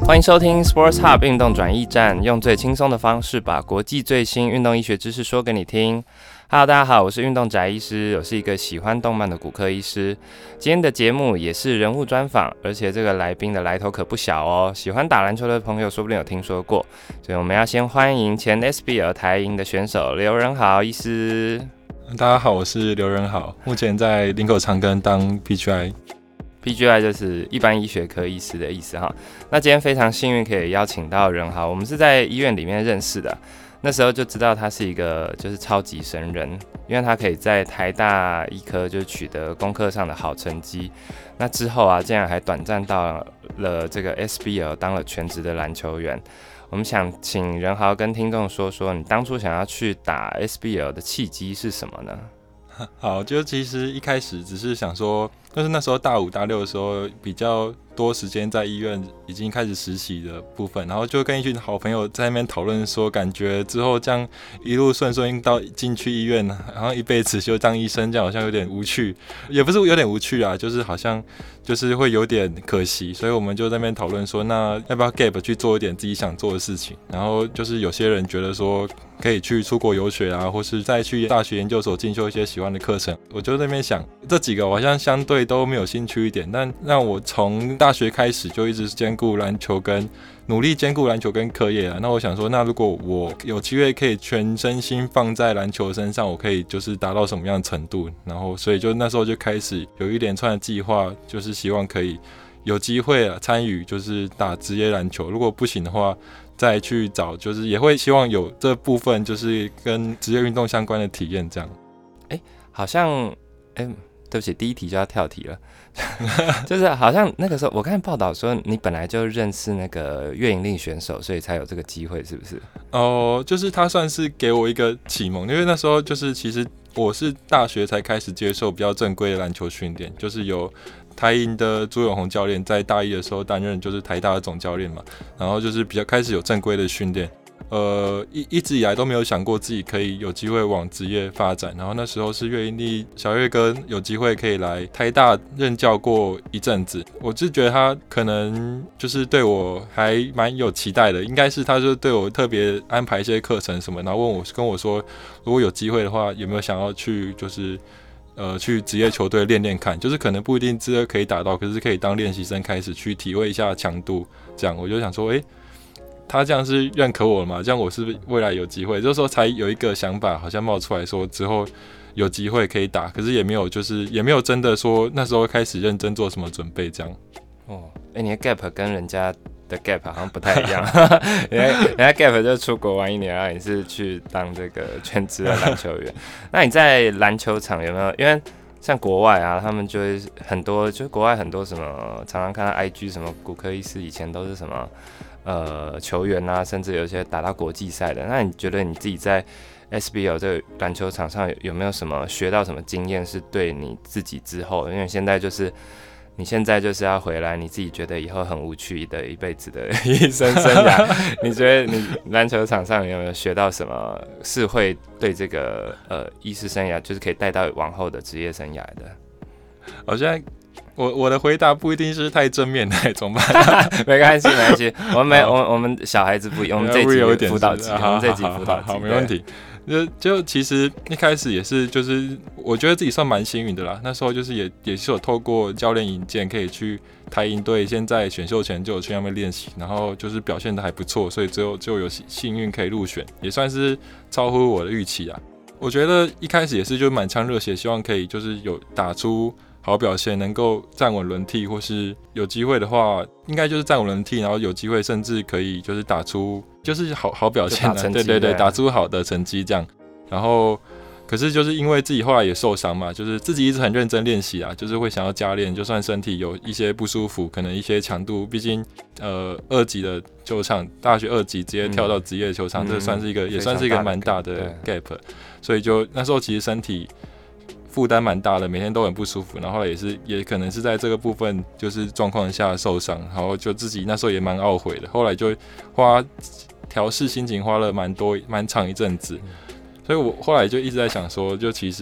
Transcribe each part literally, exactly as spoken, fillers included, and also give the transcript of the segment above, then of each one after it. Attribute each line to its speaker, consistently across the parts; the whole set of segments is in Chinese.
Speaker 1: 欢迎收听 Sports Hub 运动转驿站，用最轻松的方式把国际最新运动医学知识说给你听。Hello， 大家好，我是运动宅医师，我是一个喜欢动漫的骨科医师。今天的节目也是人物专访，而且这个来宾的来头可不小哦。喜欢打篮球的朋友说不定有听说过，所以我们要先欢迎前 S B L 台银的选手刘仁豪医师。
Speaker 2: 大家好，我是刘仁豪，目前在林口长庚当 P G I。P
Speaker 1: G I 就是一般医学科医师的意思哈。那今天非常幸运可以邀请到仁豪，我们是在医院里面认识的，那时候就知道他是一个就是超级神人，因为他可以在台大医科就取得功课上的好成绩。那之后啊，竟然还短暂到了这个 S B L 当了全职的篮球员。我们想请仁豪跟听众说说，你当初想要去打 S B L 的契机是什么呢？
Speaker 2: 好，就其实一开始只是想说，就是那时候大五大六的时候比较多时间在医院已经开始实习的部分，然后就跟一群好朋友在那边讨论说，感觉之后这样一路顺顺到进去医院，然后一辈子就当医生，这样好像有点无趣，也不是有点无趣啊，就是好像就是会有点可惜，所以我们就在那边讨论说，那要不要 gap 去做一点自己想做的事情？然后就是有些人觉得说可以去出国游学啊，或是再去大学研究所进修一些喜欢的课程。我就在那边想，这几个我好像相对都没有兴趣一点，但让我从大学开始就一直兼顾篮球跟努力兼顾篮球跟课业啊。那我想说，那如果我有机会可以全身心放在篮球身上，我可以就是达到什么样的程度？然后所以就那时候就开始有一连串的计划，就是希望可以有机会啊参与就是打职业篮球。如果不行的话，再去找，就是也会希望有这部分就是跟职业运动相关的体验这样。
Speaker 1: 哎、欸，好像哎、欸，对不起，第一题就要跳题了。就是好像那个时候我看报道说你本来就认识那个岳银令选手，所以才有这个机会，是不是？
Speaker 2: 哦、呃，就是他算是给我一个启蒙，因为那时候就是其实我是大学才开始接受比较正规的篮球训练，就是有台银的朱永宏教练在大一的时候担任就是台大的总教练嘛，然后就是比较开始有正规的训练。呃一一直以来都没有想过自己可以有机会往职业发展，然后那时候是岳银令小岳哥有机会可以来台大任教过一阵子，我就觉得他可能就是对我还蛮有期待的，应该是他就对我特别安排一些课程什么，然后问我跟我说，如果有机会的话，有没有想要去就是呃去职业球队练练看，就是可能不一定职业可以打到，可是可以当练习生开始去体会一下强度，这样我就想说，哎、欸。他这样是认可我了嘛？这样我是不是未来有机会？这时候才有一个想法，好像冒出来说之后有机会可以打，可是也没有，就是也没有真的说那时候开始认真做什么准备这样。
Speaker 1: 哦，哎、欸，你的 gap 跟人家的 gap 好像不太一样，人家 gap 就出国玩一年，然后你是去当这个全职的篮球员。那你在篮球场有没有？因为像国外啊，他们就会很多，就是国外很多什么，常常看到 I G 什么骨科医师以前都是什么。呃，球员啊，甚至有一些打到国际赛的。那你觉得你自己在 S B L 这个篮球场上有有没有什么学到什么经验，是对你自己之后？因为现在就是你现在就是要回来，你自己觉得以后很无趣的一辈子的医生生涯，你觉得你篮球场上有没有学到什么，是会对这个呃医师生涯，就是可以带到往后的职业生涯的？
Speaker 2: 我现在。我我的回答不一定是太正面的，怎么办？
Speaker 1: 没关系，没关系。我们没，我我们小孩子不一样，我们这集辅导集，我们这集辅导集，
Speaker 2: 好，没问题。就就其实一开始也是，就是我觉得自己算蛮幸运的啦。那时候就是也也是有透过教练引荐，可以去台银队，先在选秀前就有去那边练习，然后就是表现得还不错，所以最后就有幸运可以入选，也算是超乎我的预期啊。我觉得一开始也是就满腔热血，希望可以就是有打出好表现，能够站稳轮替，或是有机会的话，应该就是站稳轮替，然后有机会甚至可以就是打出就是好好表现、啊，对对对，打出好的成绩这样。然后，可是就是因为自己后来也受伤嘛，就是自己一直很认真练习啊，就是会想要加练，就算身体有一些不舒服，可能一些强度，毕竟呃二级的球场，大学二级直接跳到职业球场，嗯、这算是一个、嗯、也算是一个蛮大的 gap， 所以就那时候其实身体负担蛮大的，每天都很不舒服，然后后来也是也可能是在这个部分就是状况下受伤，然后就自己那时候也蛮懊悔的，后来就花调适心情花了蛮多蛮长一阵子，所以我后来就一直在想说，就其实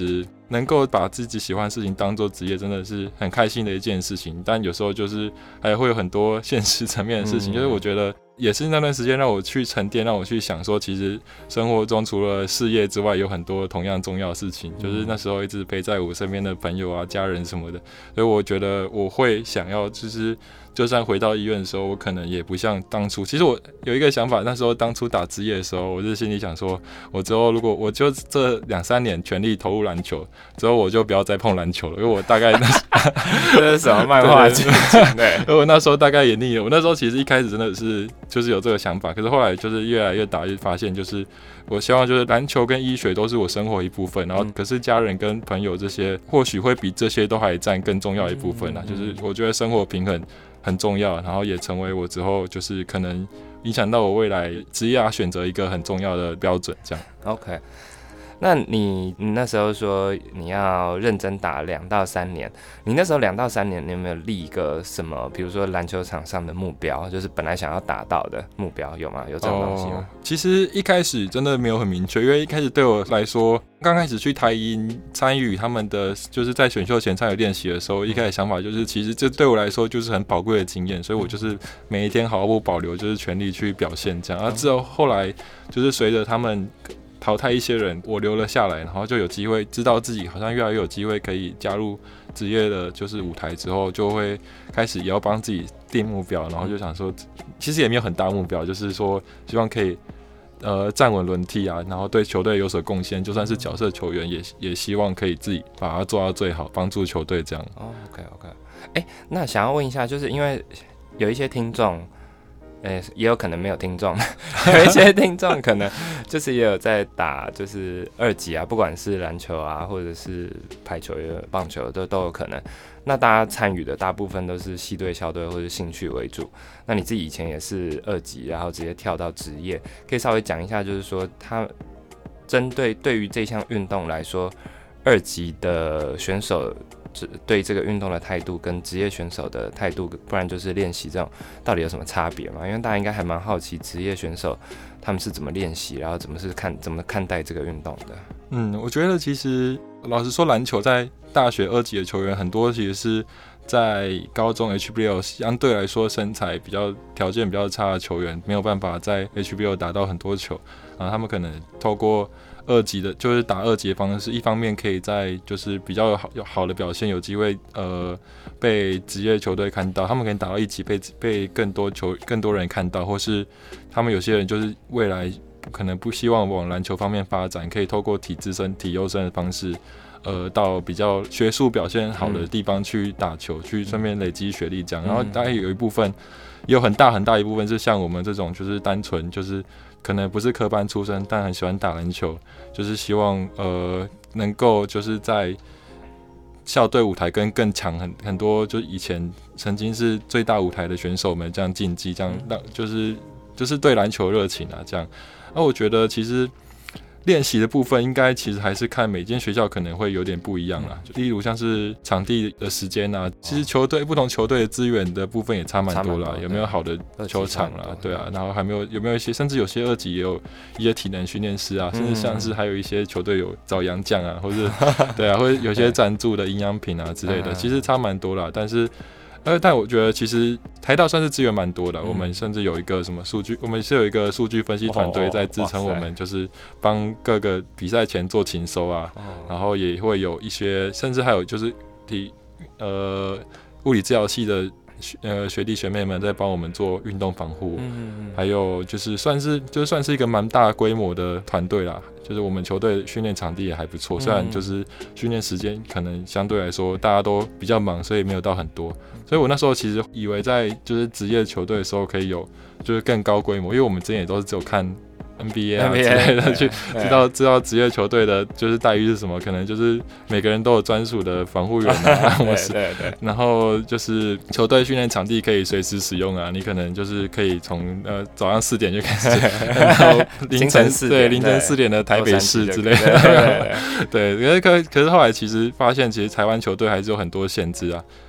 Speaker 2: 能够把自己喜欢的事情当做职业，真的是很开心的一件事情。但有时候就是还会有很多现实层面的事情，嗯、就是我觉得也是那段时间让我去沉淀，让我去想说，其实生活中除了事业之外，有很多同样重要的事情。嗯、就是那时候一直陪在我身边的朋友啊、家人什么的，所以我觉得我会想要，就是就算回到医院的时候，我可能也不像当初。其实我有一个想法，那时候当初打职业的时候，我就心里想说，我之后如果我就这两三年全力投入篮球，之后我就不要再碰篮球了，因为我大概那
Speaker 1: 这是什么漫画剧情？对，
Speaker 2: 因为我那时候大概也腻了。我那时候其实一开始真的是就是有这个想法，可是后来就是越来越打，越发现就是我希望就是篮球跟医学都是我生活一部分，然后可是家人跟朋友这些或许会比这些都还占更重要的一部分啦。就是我觉得生活平衡很重要，然后也成为我之后就是可能影响到我未来职业选择一个很重要的标准。这样
Speaker 1: ，OK。那你你那时候说你要认真打两到三年，你那时候两到三年，你有没有立一个什么，比如说篮球场上的目标，就是本来想要达到的目标，有吗？有这种东西吗？
Speaker 2: 哦、其实一开始真的没有很明确，因为一开始对我来说，刚开始去台银参与他们的，就是在选秀前参与练习的时候，一开始想法就是，其实这对我来说就是很宝贵的经验，所以我就是每一天毫不保留，就是全力去表现这样。啊，之后后来就是随着他们淘汰一些人，我留了下来，然后就有机会知道自己好像越来越有机会可以加入职业的，就是舞台之后，就会开始也要帮自己定目标，然后就想说，其实也没有很大目标，就是说希望可以呃站稳轮替啊，然后对球队有所贡献，就算是角色球员也也希望可以自己把它做到最好，帮助球队这样。
Speaker 1: 哦 ，OK OK， 哎、欸，那想要问一下，就是因为有一些听众。欸、也有可能没有听众，有一些听众可能就是也有在打，就是二级啊，不管是篮球啊，或者是排球、棒球都都有可能。那大家参与的大部分都是系队、校队或者兴趣为主。那你自己以前也是二级，然后直接跳到职业，可以稍微讲一下，就是说他针对对于这项运动来说，二级的选手对这个运动的态度跟职业选手的态度，不然就是练习这种，到底有什么差别嘛？因为大家应该还蛮好奇职业选手他们是怎么练习，然后怎么是看怎么看待这个运动的。
Speaker 2: 嗯，我觉得其实老实说，篮球在大学二级的球员很多其实是在高中 H B L 相对来说身材比较条件比较差的球员，没有办法在 H B L 打到很多球，然后他们可能透过二级的，就是打二级的方式，一方面可以在就是比较好有好的表现，有机会呃被职业球队看到，他们可以打到一级被被更多球更多人看到，或是他们有些人就是未来可能不希望往篮球方面发展，可以透过体资生、体优生的方式，呃，到比较学术表现好的地方去打球，嗯、去顺便累积学历这样。然后大概有一部分，也有很大很大一部分是像我们这种，就是单纯就是可能不是科班出身，但很喜欢打篮球，就是希望呃能够就是在校队舞台跟更强很很多，就以前曾经是最大舞台的选手们这样竞技，这样让就是就是对篮球热情啊这样。那我觉得其实练习的部分应该其实还是看每间学校可能会有点不一样啦，就例如像是场地的时间啊，其实球队不同球队的资源的部分也差蛮多啦，有没有好的球场啦，对啊，然后还没有有没有一些，甚至有些二级也有一些体能训练师啊，甚至像是还有一些球队有找洋将啊，或是对啊，或者有些赞助的营养品啊之类的，其实差蛮多啦，但是。呃，但我觉得其实台大算是资源蛮多的，嗯、我们甚至有一个什么数据，我们是有一个数据分析团队在支撑我们，就是帮各个比赛前做勤收啊，哦、然后也会有一些，甚至还有就是体呃物理治疗系的呃学弟学妹们在帮我们做运动防护，嗯、还有就是算是就算是一个蛮大规模的团队啦。就是我们球队训练场地也还不错，虽然就是训练时间可能相对来说大家都比较忙，所以没有到很多。所以我那时候其实以为在就是职业球队的时候可以有就是更高规模，因为我们之前也都是只有看 N B A 啊之类的，去知道知道职业球队的就是待遇是什么，可能就是每个人都有专属的防护员啊，对对对，然后就是球队训练场地可以随时使用啊，你可能就是可以从呃早上四点就开始，然后凌晨四对凌晨四点的台北市之类的，对，可是可可是后来其实发现，其实台湾球队还是有很多限制啊。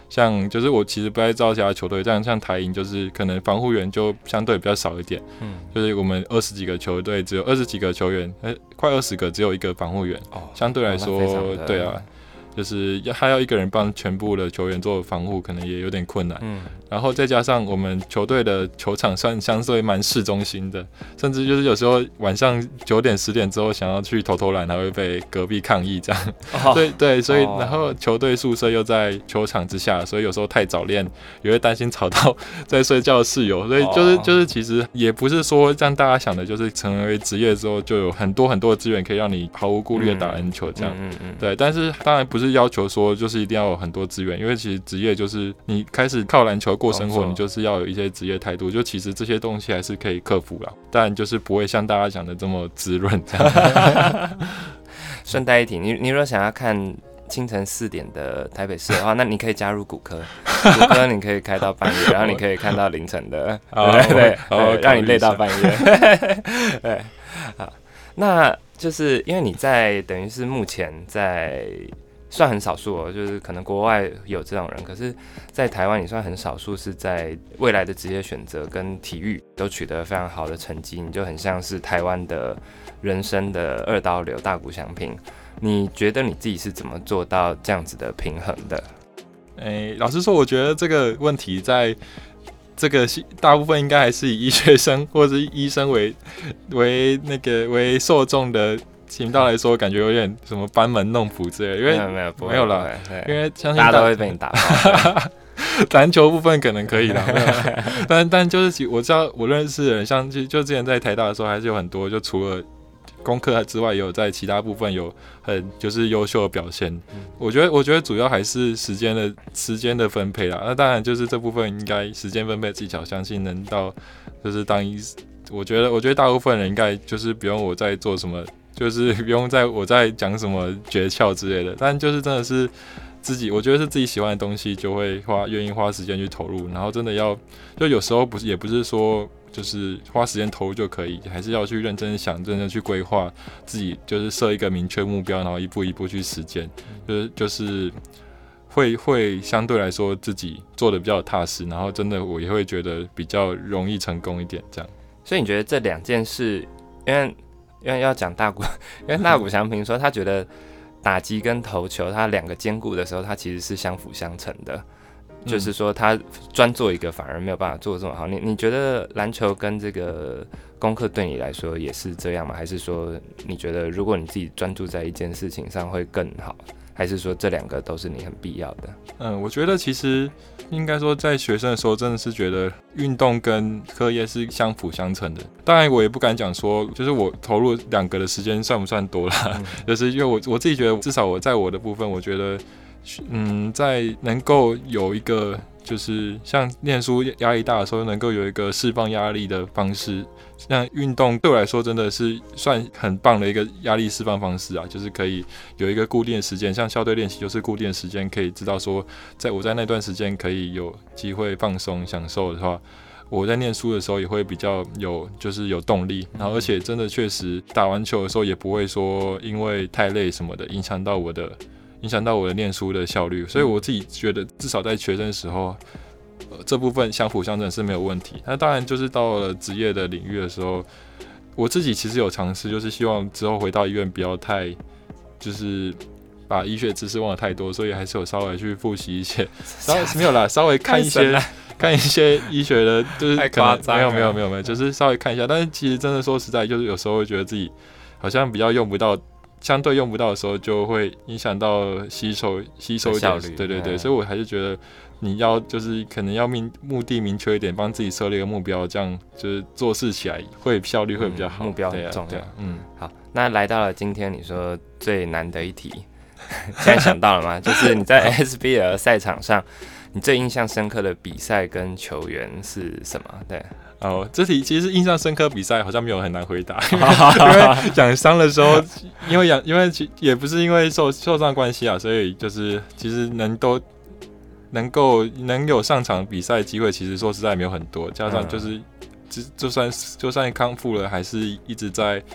Speaker 2: 像就是我其实不太知道其他球队，这样像台银就是可能防护员就相对比较少一点，嗯，就是我们二十几个球队只有二十几个球员，呃，快二十个只有一个防护员，哦，相对来说，哦，对啊。就是要他要一个人帮全部的球员做防护，可能也有点困难。嗯，然后再加上我们球队的球场算相对蛮市中心的，甚至就是有时候晚上九点十点之后想要去投投篮，还会被隔壁抗议这样。哦，对对，所以然后球队宿舍又在球场之下，所以有时候太早练也会担心吵到在睡觉的室友，所以就是就是其实也不是说像大家想的，就是成为职业之后就有很多很多的资源可以让你毫无顾虑的打篮球这样。嗯 嗯, 嗯对，但是当然不是要求说就是一定要有很多资源，因为其实职业就是你开始靠篮球过生活，你就是要有一些职业态度，就其实这些东西还是可以克服啦，但就是不会像大家讲的这么滋润这样。
Speaker 1: 顺带一提，你你如果想要看清晨四点的台北市的话，那你可以加入骨科，骨科你可以开到半夜，然后你可以看到凌晨的，对对对，让你累到半夜。对，好，那就是因为你在等于是目前在算很少数哦，就是可能国外有这种人，可是在台湾也算很少数是在未来的职业选择跟体育都取得非常好的成绩，你就很像是台湾的人生的二刀流大谷翔平。你觉得你自己是怎么做到这样子的平衡的？
Speaker 2: 欸，老实说，我觉得这个问题在这个大部分应该还是以医学生或者是医生为为那个为受众的频道来说，感觉有点什么班门弄斧之类的，因为
Speaker 1: 没有没有不会
Speaker 2: 没有啦，因为相信
Speaker 1: 大家都会被你打爆。
Speaker 2: 篮球部分可能可以啦，没有但但就是我知道我认识的人，像就就之前在台大的时候，还是有很多就除了功课之外，也有在其他部分有很就是优秀的表现。嗯，我觉得，我觉得主要还是时间的时间的分配啦。那当然就是这部分应该时间分配技巧，相信能到就是当医。我觉得，我觉得大部分人应该就是不用我在做什么，就是不用在我在讲什么诀窍之类的。但就是真的是自己，我觉得是自己喜欢的东西，就会花愿意花时间去投入。然后真的要，就有时候不是也不是说。就是花时间投入就可以，还是要去认真想、认真去规划自己，就是设一个明确目标，然后一步一步去实践，就是就是会会相对来说自己做的比较踏实，然后真的我也会觉得比较容易成功一点，这样。
Speaker 1: 所以你觉得这两件事，因为因为要讲大谷，因为大谷翔平说他觉得打击跟投球，他两个兼顾的时候，他其实是相辅相成的。就是说，他专做一个反而没有办法做得这么好。你你觉得篮球跟这个功课对你来说也是这样吗？还是说你觉得如果你自己专注在一件事情上会更好？还是说这两个都是你很必要的？
Speaker 2: 嗯，我觉得其实应该说，在学生的时候真的是觉得运动跟课业是相辅相成的。当然，我也不敢讲说，就是我投入两个的时间算不算多啦？嗯、就是因为我我自己觉得，至少我在我的部分，我觉得。嗯，在能够有一个就是像念书压力大的时候，能够有一个释放压力的方式，像运动对我来说真的是算很棒的一个压力释放方式啊，就是可以有一个固定的时间，像校队练习就是固定的时间，可以知道说，在我在那段时间可以有机会放松享受的话。我在念书的时候也会比较有，就是有动力，然后而且真的确实打完球的时候也不会说因为太累什么的影响到我的。影响到我的念书的效率，所以我自己觉得至少在学生的时候，呃，这部分相辅相成是没有问题。那当然就是到了职业的领域的时候，我自己其实有尝试，就是希望之后回到医院不要太，就是把医学知识忘得太多，所以还是有稍微去复习一些，稍微没有啦，稍微看一些看一些医学的，就是可能没有没有没有没有，就是稍微看一下。但是其实真的说实在，就是有时候会觉得自己好像比较用不到。相对用不到的时候，就会影响到吸收吸收效率。对对对，所以我还是觉得你要就是可能要明目的明确一点，帮自己设立一个目标，这样就是做事起来会效率会比较好。
Speaker 1: 嗯、目标很重要。
Speaker 2: 对啊，嗯，
Speaker 1: 好，那来到了今天你说最难的一题，现在想到了吗？就是你在 S B L 赛场上，你最印象深刻的比赛跟球员是什么？对。
Speaker 2: 哦，这题其实印象深刻比赛好像没有很难回答，因为养伤的时候，因为养因为也不是因为受受伤关系啊，所以就是其实能都能够能有上场比赛机会，其实说实在没有很多，加上就是就算就算康复了，还是一直在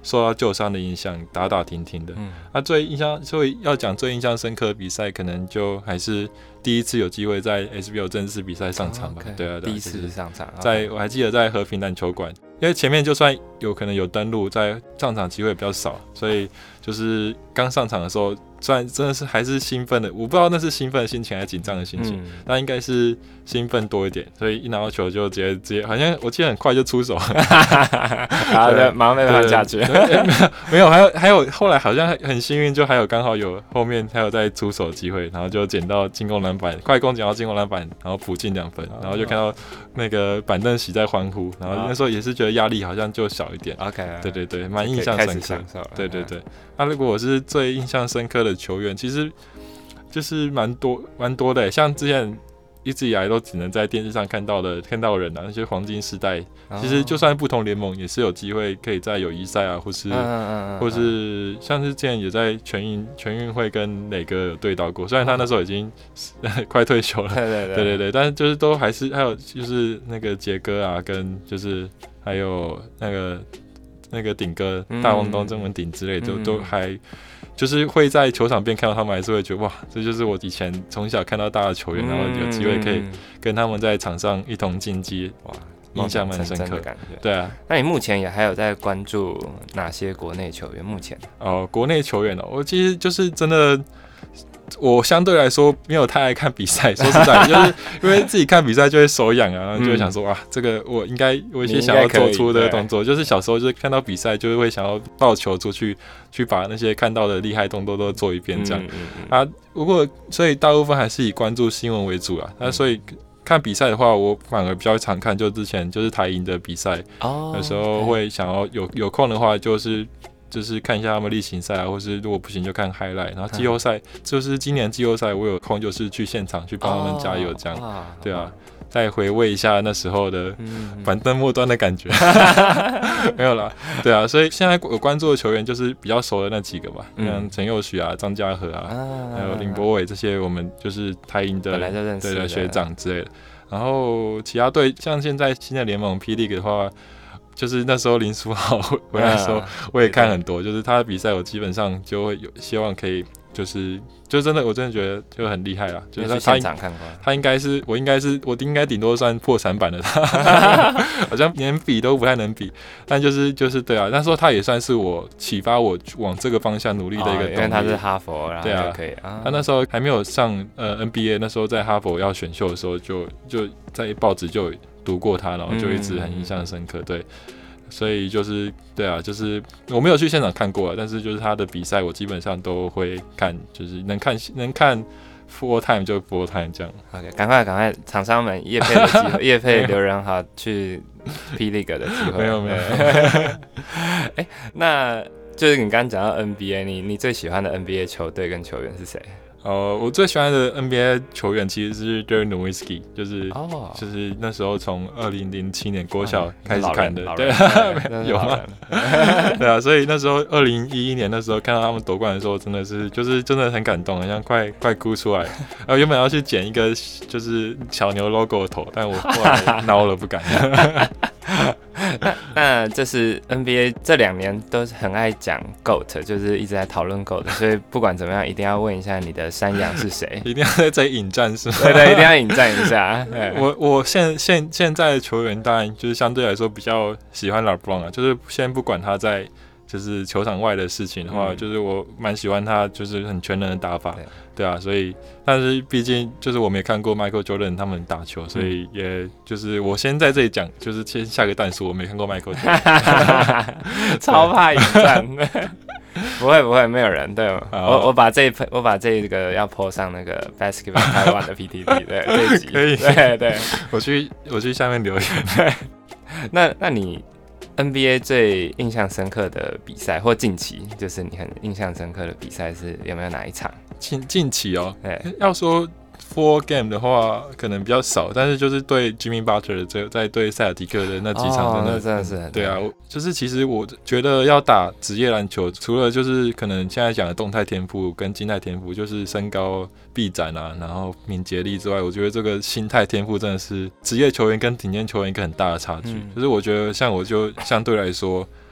Speaker 2: 受到旧伤的影响，打打停停的。嗯，啊，最印象，所以要讲最印象深刻的比赛，可能就还是第一次有机会在 S B O 正式比赛上场吧。
Speaker 1: Oh, okay.
Speaker 2: 对啊，对啊，
Speaker 1: 第一次上场，
Speaker 2: 在、okay. 我还记得在和平篮球馆，因为前面就算有可能有登录，在上场机会比较少，所以就是刚上场的时候，虽然真的是还是兴奋的，我不知道那是兴奋的心情还是紧张的心情，嗯、但应该是兴奋多一点，所以一拿到球就直接直接，好像我记得很快就出手，
Speaker 1: 然后就马上被放下去。
Speaker 2: 没有，还有还有后来好像很幸运，就还有刚好有后面还有再出手机会，然后就捡到进攻篮板，快攻捡到进攻篮板，然后补进两分，然后就看到那个板凳席在欢呼，然后那时候也是觉得压力好像就小一点。
Speaker 1: OK，
Speaker 2: 对对对，蛮印象深刻。对对对，那、啊、如果我是最印象深刻的球员，其实就是蛮多蛮多的，像之前一直以来都只能在电视上看到的看到的人啊，那些黄金时代，哦、其实就算不同联盟也是有机会可以在友谊赛啊，或是、嗯嗯嗯、或是像是之前也在全运全运会跟磊哥有对到过，虽然他那时候已经、哦、快退休了，对对 对, 对对对，但是就是都还是还有就是那个杰哥啊，跟就是还有那个那个顶哥、嗯、大王东、曾文鼎之类的，都、嗯、都还。就是会在球场边看到他们，还是会觉得哇，这就是我以前从小看到大的球员，然后有机会可以跟他们在场上一同竞技，哇，印象蛮深刻的感觉。对啊，
Speaker 1: 那你目前也还有在关注哪些国内球员？目前
Speaker 2: 哦，国内球员哦，我其实就是真的。我相对来说没有太爱看比赛，说实在，就是因为自己看比赛就会手痒啊，然后就会想说、嗯、哇，这个我应该有一些想要做出的动作，就是小时候就是看到比赛，就是会想要抱球出去，去把那些看到的厉害动作都做一遍这样、嗯嗯嗯、啊。如果所以大部分还是以关注新闻为主啊，那、嗯、所以看比赛的话，我反而比较常看，就之前就是台银的比赛、哦，有时候会想要有有空的话就是。就是看一下他们例行赛啊，或是如果不行就看 highlight， 然后季后赛、嗯、就是今年季后赛我有空就是去现场去帮他们加油这样，哦、对啊，再回味一下那时候的板凳末端的感觉，嗯、没有啦，对啊，所以现在有关注的球员就是比较熟的那几个吧，嗯、像陈佑许啊、张家和啊，啊还有林柏伟这些，我们就是台银的对的学长之类的，然后其他队像现在新的联盟 P League 的话。就是那时候林书豪回来的时候，我也看很多，就是他的比赛，我基本上就会有希望可以，就是就真的，我真的觉得就很厉害啦。就是他
Speaker 1: 现场看过，
Speaker 2: 他应该是我应该是我应该顶多算破产版的他，好像连比都不太能比。但就是就是对啊，那时候他也算是我启发我往这个方向努力的一个动力。
Speaker 1: 因为他是哈佛，然后就可以啊。
Speaker 2: 他那时候还没有上呃 N B A， 那时候在哈佛要选秀的时候就，就就在报纸就有读过他，然后就一直很印象深刻，对，所以就是对啊，就是我没有去现场看过，但是就是他的比赛我基本上都会看，就是能看能看 full time 就 full time 这样。
Speaker 1: OK， 赶快赶快，厂商们业配的机会，业配刘仁豪去 P League 的机会，
Speaker 2: 没有没有。
Speaker 1: 哎、欸，那就是你刚刚讲到 N B A， 你你最喜欢的 N B A 球队跟球员是谁？
Speaker 2: 呃，我最喜欢的 N B A 球员其实是 Dirk Nowitzki， 就是、oh. 就是那时候从二零零七年国小开始看的，对，有吗？对啊，所以那时候二零一一年那时候看到他们夺冠的时候，真的是就是真的很感动，好像快快哭出来。然后原本要去剪一个就是小牛 logo 的头，但我后来孬了，不敢。
Speaker 1: 那那这是 N B A 这两年都很爱讲 GOAT， 就是一直在讨论 GOAT， 所以不管怎么样，一定要问一下你的山羊是谁，
Speaker 2: 一定要在这里引战是吗？
Speaker 1: 对对，一定要引战一下。
Speaker 2: 我我现现现在的球员当然就是相对来说比较喜欢 LeBron 啊，就是先不管他在就是球场外的事情的话，嗯、就是我蛮喜欢他就是很全能的打法，对, 对啊，所以但是毕竟就是我没看过 Michael Jordan 他们打球，所以也就是我先在这里讲，就是先下个蛋数，我没看过 Michael Jordan，
Speaker 1: 超怕引战。不会不会，没有人对我我把这一我把这个要 po 上那个 Basketball 台湾的 P T T 对这一集可以对对，
Speaker 2: 我去我去下面留言。对，
Speaker 1: 那那你 N B A 最印象深刻的比赛或近期，就是你很印象深刻的比赛是有没有哪一场？
Speaker 2: 近近期哦，要说 Four Game 的话，可能比较少，但是就是对 Jimmy Butler 的在对塞尔提克的那几场真的，
Speaker 1: 哦、真的是很
Speaker 2: 对啊，就是其实我觉得要打职业篮球，除了就是可能现在讲的动态天赋跟静态天赋，就是身高、臂展啊，然后敏捷力之外，我觉得这个心态天赋真的是职业球员跟顶尖球员一个很大的差距。嗯、就是我觉得像我就相对来说。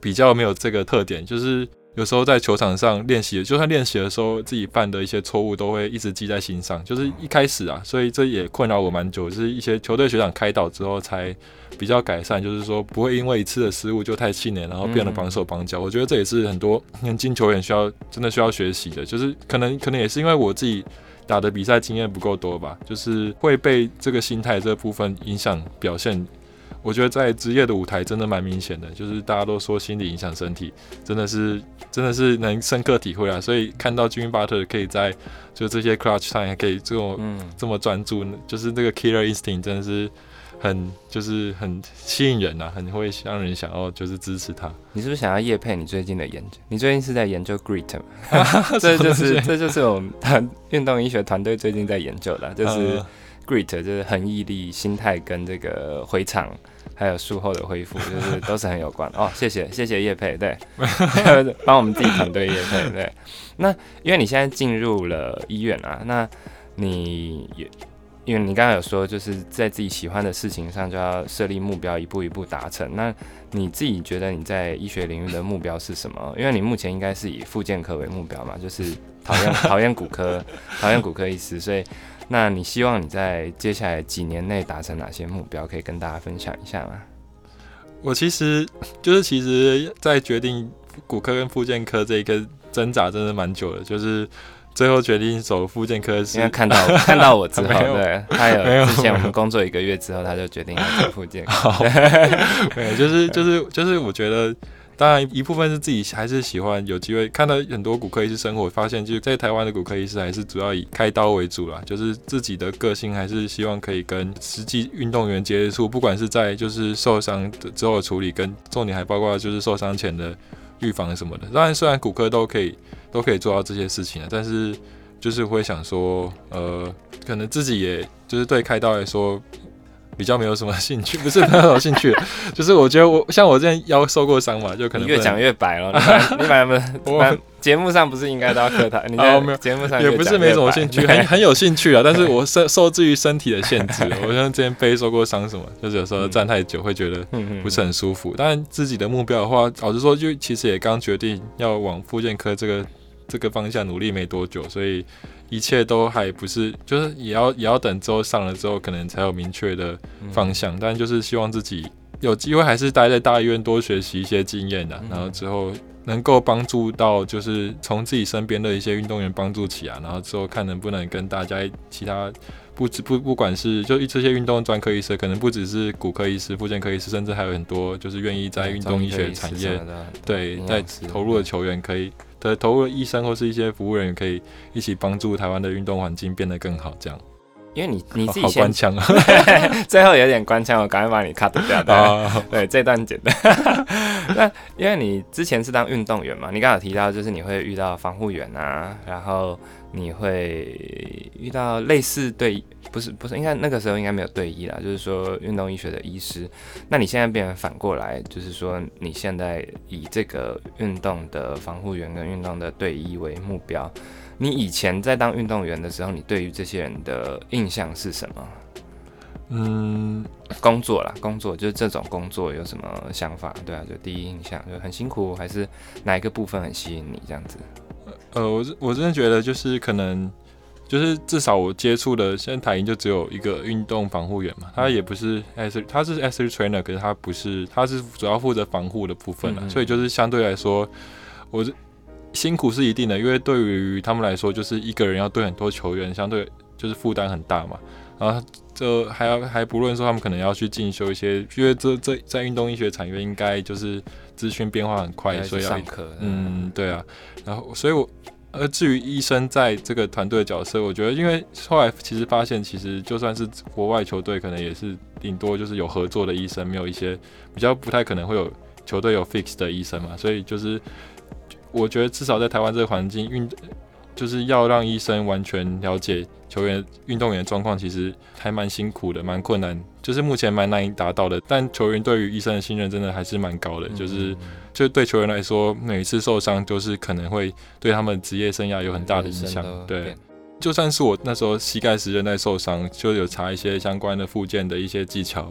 Speaker 2: 比较没有这个特点，就是有时候在球场上练习，就算练习的时候自己犯的一些错误都会一直记在心上，就是一开始啊，所以这也困扰我蛮久，就是一些球队学长开导之后才比较改善，就是说不会因为一次的失误就太气馁，然后变得绑手绑脚。我觉得这也是很多年轻球员需要真的需要学习的，就是可能可能也是因为我自己打的比赛经验不够多吧，就是会被这个心态这部分影响表现。我觉得在职业的舞台真的蛮明显的，就是大家都说心理影响身体，真的是真的是能深刻体会啊。所以看到 Jimmy Butler 可以在就这些 clutch time 还可以这种、嗯、这么专注，就是这个 killer instinct 真的是很就是很吸引人啊，很会让人想要就是支持他。
Speaker 1: 你是不是想要业配你最近的研究？你最近是在研究 grit 吗？这就是这就是我们运动医学团队最近在研究的，就是 grit 就是恒毅力、心态跟这个回场。还有术后的恢复，就是都是很有关哦。谢谢谢谢业配，对，帮我们自己团队业配，对。那因为你现在进入了医院啊，那你也因为你刚刚有说，就是在自己喜欢的事情上就要设立目标，一步一步达成。那你自己觉得你在医学领域的目标是什么？因为你目前应该是以复健科为目标嘛，就是讨厌讨厌骨科，讨厌骨科医师，所以。那你希望你在接下来几年内达成哪些目标？可以跟大家分享一下吗？
Speaker 2: 我其实就是其实，在决定骨科跟复健科这一个挣扎真的蛮久的，就是最后决定走复健科是，
Speaker 1: 因为看到看到我之后，对，他有之前我们工作一个月之后，他就决定要走复健科。
Speaker 2: 没有，就是就是就是我觉得。当然，一部分是自己还是喜欢有机会看到很多骨科医师生活，发现就是在台湾的骨科医师还是主要以开刀为主啦，就是自己的个性还是希望可以跟实际运动员接触，不管是在就是受伤之后的处理，跟重点还包括就是受伤前的预防什么的。当然，虽然骨科都可以都可以做到这些事情，但是就是会想说，呃，可能自己也就是对开刀来说。比较没有什么兴趣，不是没有什么兴趣，就是我觉得我像我之前腰受过伤嘛，就可能
Speaker 1: 越讲越白了。你本来不是节目上不是应该都要客套？你在节目上
Speaker 2: 也不是没什么兴趣，很很有兴趣啊。但是我受受制于身体的限制，我像之前背受过伤什么，就是有时候站太久会觉得不是很舒服。当然自己的目标的话，老实说，就其实也刚决定要往复健科这个这个方向努力没多久，所以。一切都还不是，就是也要也要等之后上了之后，可能才有明确的方向。嗯、但就是希望自己有机会，还是待在大医院多学习一些经验的、啊，嗯、然后之后能够帮助到，就是从自己身边的一些运动员帮助起啊，然后之后看能不能跟大家其他不不不管是就这些运动专科医师，可能不只是骨科医师、复健科医师，甚至还有很多就是愿意在运动医学产业对在投入的球员可以。的投入的医生或是一些服务人员可以一起帮助台湾的运动环境变得更好，这样。
Speaker 1: 因为你你自己
Speaker 2: 好官腔啊，
Speaker 1: 最后有点官腔，我赶快把你 cut 掉。对，哦、对，这段剪的。那因为你之前是当运动员嘛，你刚刚有提到就是你会遇到防护员啊，然后你会遇到类似对，不是不是，应该那个时候应该没有对医啦，就是说运动医学的医师。那你现在变成反过来，就是说你现在以这个运动的防护员跟运动的对医为目标。你以前在当运动员的时候，你对于这些人的印象是什么？嗯，工作啦，工作就是这种工作有什么想法？对啊，就第一印象就很辛苦，还是哪一个部分很吸引你这样子？
Speaker 2: 呃，我我真的觉得就是可能就是至少我接触的，现在台银就只有一个运动防护员嘛，他也不是 athlete， 他是 athlete trainer， 可是他不是，他是主要负责防护的部分啦，嗯嗯，所以就是相对来说，我辛苦是一定的，因为对于他们来说，就是一个人要对很多球员，相对就是负担很大嘛。然后这还要还不论说他们可能要去进修一些，因为这这在运动医学产业应该就是资讯变化很快，所以要
Speaker 1: 上课。
Speaker 2: 嗯，对啊。然后所以我而至于医生在这个团队的角色，我觉得因为后来其实发现，其实就算是国外球队，可能也是顶多就是有合作的医生，没有一些比较不太可能会有球队有 fix 的医生嘛，所以就是。我觉得至少在台湾这个环境，运就是要让医生完全了解球员、运动员的状况，其实还蛮辛苦的，蛮困难，就是目前蛮难以达到的。但球员对于医生的信任真的还是蛮高的，嗯、就是就对球员来说，每一次受伤都是可能会对他们职业生涯有很大的影响。对，就算是我那时候膝盖时韧带受伤，就有查一些相关的复健的一些技巧。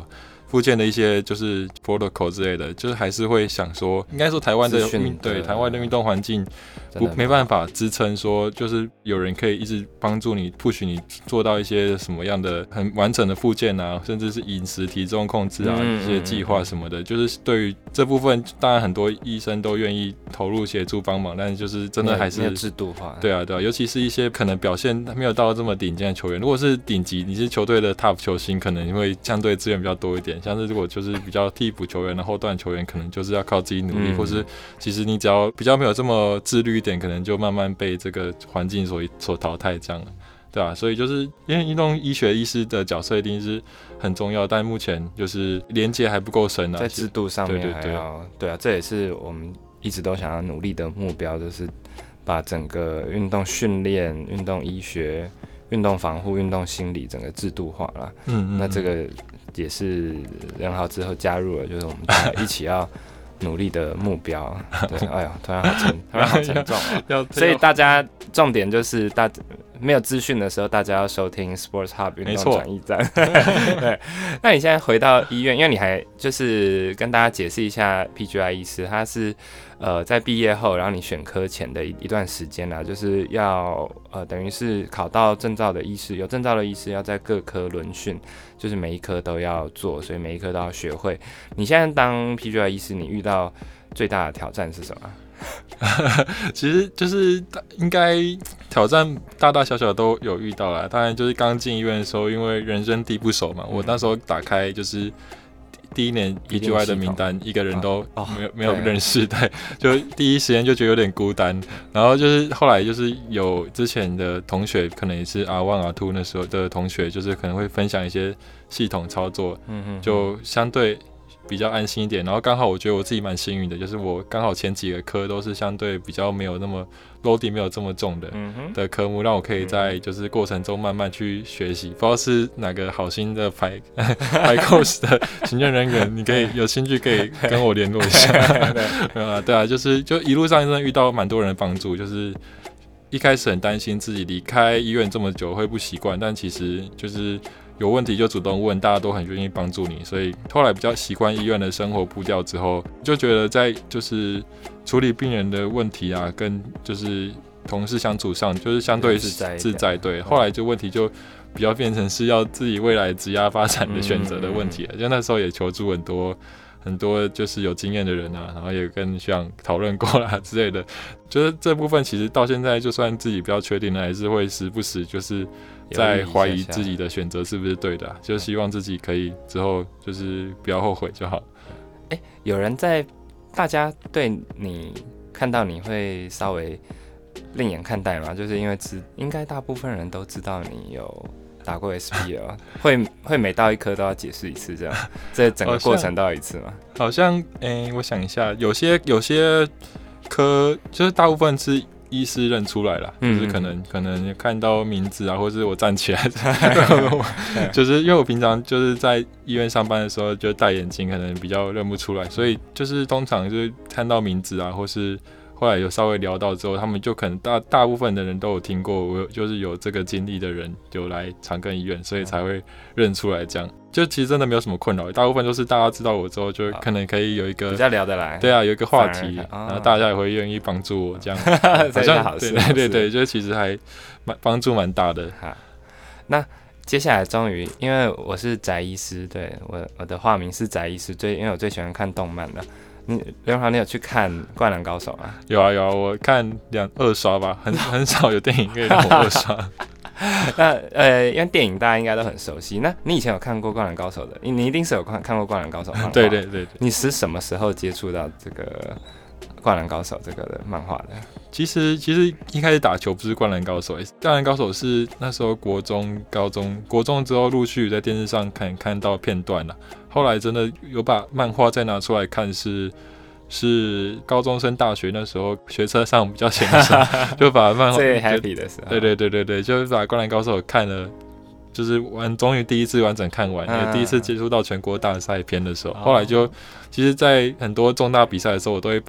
Speaker 2: 复健的一些就是 protocol 之类的，就是还是会想说，应该说台湾的运对台湾的运动环境不没办法支撑说，就是有人可以一直帮助你 push 你做到一些什么样的很完整的复健啊，甚至是饮食体重控制啊、嗯、一些计划什么的，就是对于这部分，当然很多医生都愿意投入协助帮忙，但是就是真的还是
Speaker 1: 没有制度化。
Speaker 2: 对啊对啊，尤其是一些可能表现没有到这么顶尖的球员，如果是顶级，你是球队的 top 球星，可能会相对资源比较多一点。像是如果就是比较替补球员的后段球员，可能就是要靠自己努力，嗯、或是其实你只要比较没有这么自律一点，可能就慢慢被这个环境所所淘汰这样。对啊，所以就是因为运动医学医师的角色一定是很重要，但目前就是连接还不够深啊，
Speaker 1: 在制度上面还要
Speaker 2: 对对对
Speaker 1: 对啊，这也是我们一直都想要努力的目标，就是把整个运动训练、运动医学、运动防护、运动心理整个制度化啦。嗯, 嗯，那这个也是仁豪之后加入了，就是我们大家一起要努力的目标。对，哎呦，突然好沉，突然好沉重啊！所以大家重点就是大没有资讯的时候，大家要收听 Sports Hub 运动转驿站。对，那你现在回到医院，因为你还就是跟大家解释一下 P G I 医师，他是呃在毕业后，然后你选科前的一一段时间啦，就是要呃等于是考到证照的医师，有证照的医师要在各科轮训，就是每一科都要做，所以每一科都要学会。你现在当 P G I 医师，你遇到最大的挑战是什么？
Speaker 2: 其实就是应该挑战大大小小都有遇到啦。当然就是刚进医院的时候，因为人生地不熟嘛，我那时候打开就是第一年 P G I 的名单，一个人都没有、哦、没有认识，对，就第一时间就觉得有点孤单。然后就是后来就是有之前的同学，可能也是 R 一 R 二 那时候的同学，就是可能会分享一些系统操作，嗯哼哼，就相对比较安心一点。然后刚好我觉得我自己蛮幸运的，就是我刚好前几个科都是相对比较没有那么 loading 没有这么重的、嗯、的科目，让我可以在就是过程中慢慢去学习。不知道是哪个好心的排排 course 的行政人员，你可以有兴趣可以跟我联络一下。对啊，对啊，就是就一路上真的遇到蛮多人的帮助，就是一开始很担心自己离开医院这么久会不习惯，但其实就是有问题就主动问，大家都很愿意帮助你，所以后来比较习惯医院的生活步调之后，就觉得在就是处理病人的问题啊，跟就是同事相处上，就是相对自在，自在对。后来就问题就比较变成是要自己未来职业发展的选择的问题了，就那时候也求助很多很多就是有经验的人啊，然后也跟学长讨论过啦之类的，就是这部分其实到现在就算自己比较确定了，还是会时不时就是在怀疑自己的选择是不是对的、啊，就希望自己可以之后就是不要后悔就好。
Speaker 1: 哎、欸，有人在大家对你看到你会稍微另眼看待吗？就是因为知应该大部分人都知道你有打过 S P L， 会会每到一科都要解释一次这样，这整个过程都要一次吗？
Speaker 2: 好像，哎、欸，我想一下，有些有些科就是大部分是医师认出来啦，嗯、就是可能可能看到名字啊，或是我站起来，就是因为我平常就是在医院上班的时候就戴眼镜，可能比较认不出来，所以就是通常就是看到名字啊，或是后来有稍微聊到之后，他们就可能大大部分的人都有听过我有就是有这个经历的人有来长庚医院，所以才会认出来这样。就其实真的没有什么困扰，大部分都是大家知道我之后，就可能可以有一个
Speaker 1: 比较聊得来，
Speaker 2: 对啊，有一个话题，然后大家也会愿意帮助我这样，好像好事，对对对，就其实还蛮帮助蛮大的。
Speaker 1: 好，那接下来终于，因为我是宅医师，对我我的化名是宅医师，最因为我最喜欢看动漫了。你刘豪，你有去看《灌篮高手》吗？
Speaker 2: 有啊有啊，我看两二刷吧，很很少有电影可以让我二刷。
Speaker 1: 那呃，因为电影大家应该都很熟悉。那你以前有看过《灌篮高手》的？你你一定是有看看过《灌篮高手》漫画。
Speaker 2: 对对 对, 对。
Speaker 1: 你是什么时候接触到这个《灌篮高手》这个的漫画的？
Speaker 2: 其实其实一开始打球不是《灌篮高手》，《灌篮高手》是那时候国中、高中、国中之后陆续在电视上看看到片段了。后来真的有把漫画再拿出来看是。是高中升大学那时候学车上比较闲的时候，就把漫画
Speaker 1: 最 happy 的时候，
Speaker 2: 对对对对对，就是把《灌篮高手》看了，就是完终于第一次完整看完，也第一次接触到全国大赛篇的时候，后来就其实，在很多重大比赛的时候，我都会把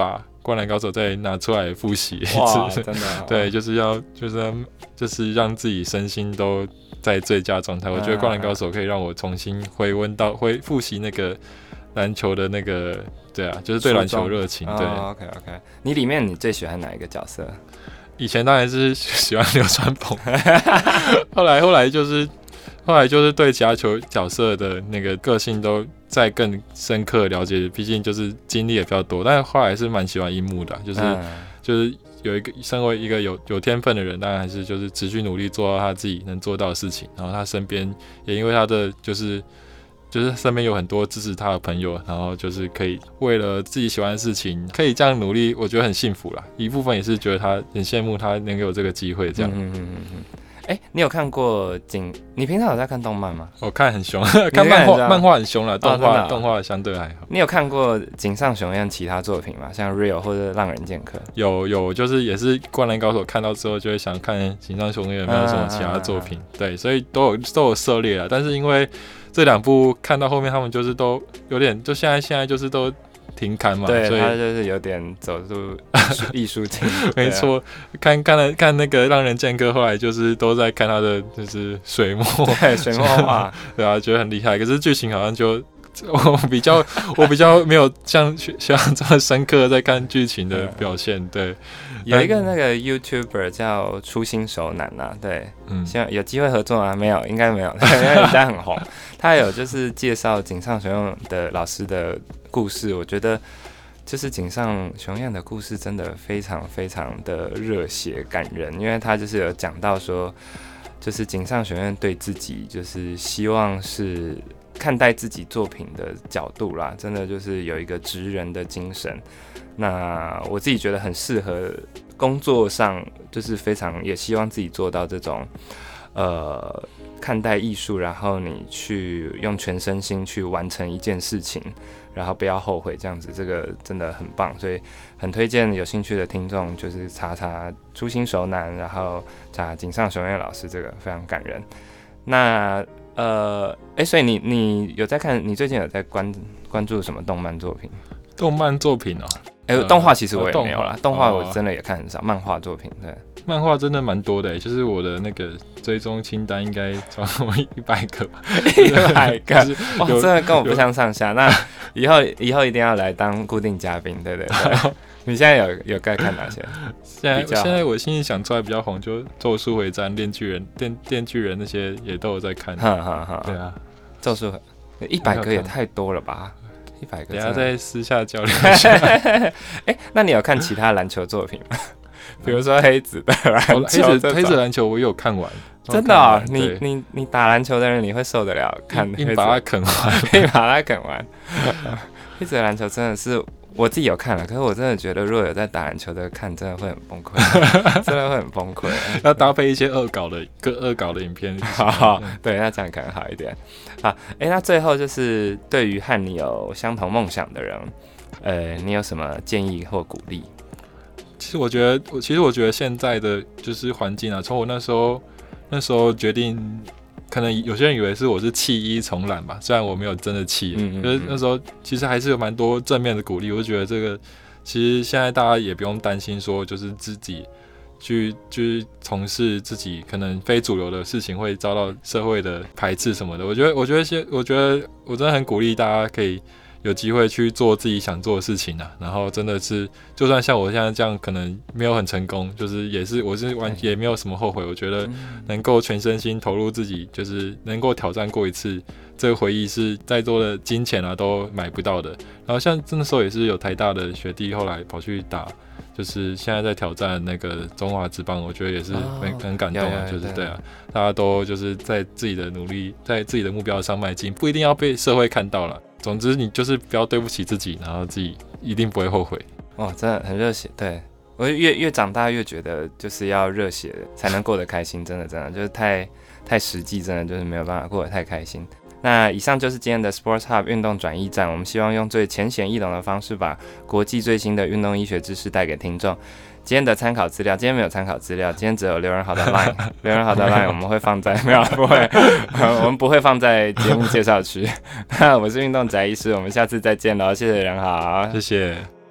Speaker 2: 灌篮高手再拿出来复习一
Speaker 1: 哇，
Speaker 2: 次，
Speaker 1: 真的、哦，
Speaker 2: 对，就是要就是要就是让自己身心都在最佳状态。我觉得灌篮高手可以让我重新回温到回复习那个篮球的那个，对啊，就是对篮球热情。对、
Speaker 1: 哦、，OK OK， 你里面你最喜欢哪一个角色？
Speaker 2: 以前当然是喜欢流川枫，后来后来就是后来就是对其他球角色的那个个性都再更深刻了解，毕竟就是经历也比较多。但是后来是蛮喜欢樱木的，就是、嗯、就是有一个身为一个有有天分的人，当然还是就是持续努力做到他自己能做到的事情。然后他身边也因为他的就是就是身边有很多支持他的朋友，然后就是可以为了自己喜欢的事情可以这样努力，我觉得很幸福啦。一部分也是觉得他很羡慕他能有这个机会这样。嗯嗯嗯
Speaker 1: 嗯。哎、欸，你有看过景？你平常有在看动漫吗？
Speaker 2: 我看很凶，看漫画，漫画很凶啦，动画、哦、动画相对还好。
Speaker 1: 你有看过井上雄彦其他作品吗？像《Real》或者《浪人剑客》？
Speaker 2: 有有，就是也是《灌篮高手》看到之后就会想看井上雄彦有没有什么其他作品，啊、对，所以都有都有涉猎了。但是因为这两部看到后面，他们就是都有点，就现在现在就是都停刊嘛，
Speaker 1: 对，
Speaker 2: 所以
Speaker 1: 他就是有点走入艺术境，
Speaker 2: 没错。啊、看看了看那个《浪人剑客》，后来就是都在看他的就是水墨，
Speaker 1: 对，水墨画，
Speaker 2: 对啊，觉得很厉害。可是剧情好像就我比较我比较没有像像这么深刻在看剧情的表现。对，
Speaker 1: 有一个那个 YouTuber 叫初心手男啊，对，嗯，希望有机会合作啊？没有，应该没有，因为人家很红。他有就是介绍井上雄彦的老师的故事，我觉得就是井上雄彦的故事真的非常非常的热血感人，因为他就是有讲到说，就是井上雄彦对自己就是希望是看待自己作品的角度啦，真的就是有一个职人的精神。那我自己觉得很适合工作上，就是非常也希望自己做到这种呃。看待艺术，然后你去用全身心去完成一件事情，然后不要后悔，这样子，这个真的很棒，所以很推荐有兴趣的听众就是查查初心手男，然后查井上雄彦老师，这个非常感人。那呃，哎、欸，所以你你有在看？你最近有在关关注什么动漫作品？
Speaker 2: 动漫作品哦，
Speaker 1: 哎、欸，动画其实我也没有啦，动画我真的也看很少，漫画作品对。
Speaker 2: 漫画真的蛮多的，就是我的那个追踪清单应该超过一百个吧，
Speaker 1: 一百个，哇，真的跟我不相上下。那以后以后一定要来当固定嘉宾，对对对。你现在有有该看哪些？
Speaker 2: 现在现在我心里想出来比较红，就《咒术回战》、《电锯人》、电电锯人那些也都有在看。
Speaker 1: 哈哈哈。对
Speaker 2: 啊，
Speaker 1: 咒术一百个也太多了吧？一百个。
Speaker 2: 等一下再私下交流一下。
Speaker 1: 哎、欸，那你有看其他篮球作品吗？比如说黑子的篮球、哦，
Speaker 2: 黑子黑子篮球我有看完，
Speaker 1: 真的、哦，你你你打篮球的人，你会受得了看黑子？
Speaker 2: 你把它啃完，
Speaker 1: 可以把它啃完。黑子的篮球真的是我自己有看了，可是我真的觉得，如果有在打篮球的看，真的会很崩溃，真的会很崩溃。
Speaker 2: 要搭配一些恶搞的、各恶搞的影片，
Speaker 1: 好好，对，那这样可能好一点。好，哎、欸，那最后就是对于和你有相同梦想的人，呃，你有什么建议或鼓励？
Speaker 2: 其实我觉得，我其实我觉得现在的就是环境啊，从我那时候那时候决定，可能有些人以为是我是弃一从懒吧，虽然我没有真的弃，嗯嗯嗯，可是那时候其实还是有蛮多正面的鼓励。我就觉得这个其实现在大家也不用担心说，就是自己去去从事自己可能非主流的事情会遭到社会的排斥什么的。我觉得，我觉得现，我觉得我真的很鼓励大家可以有机会去做自己想做的事情啊，然后真的是，就算像我现在这样，可能没有很成功，就是也是我是完也没有什么后悔。我觉得能够全身心投入自己，就是能够挑战过一次，这个回忆是再多的金钱啊都买不到的。然后像那时候也是有台大的学弟后来跑去打，就是现在在挑战那个中华职棒，我觉得也是很很感动啊，就是对啊，大家都就是在自己的努力，在自己的目标上迈进，不一定要被社会看到了。总之，你就是不要对不起自己，然后自己一定不会后悔。
Speaker 1: 哇，真的很热血，对我越越长大越觉得就是要热血才能过得开心，真的真的就是太太实际，真的就是没有办法过得太开心。那以上就是今天的 Sports Hub 运动转驿站，我们希望用最浅显易懂的方式，把国际最新的运动医学知识带给听众。今天的参考资料，今天没有参考资料，今天只有刘仁豪的 Line， 刘仁豪的 Line 我们会放在没有不会，我们不会放在节目介绍区。我是运动宅医师，我们下次再见喽，谢谢仁豪，
Speaker 2: 谢谢。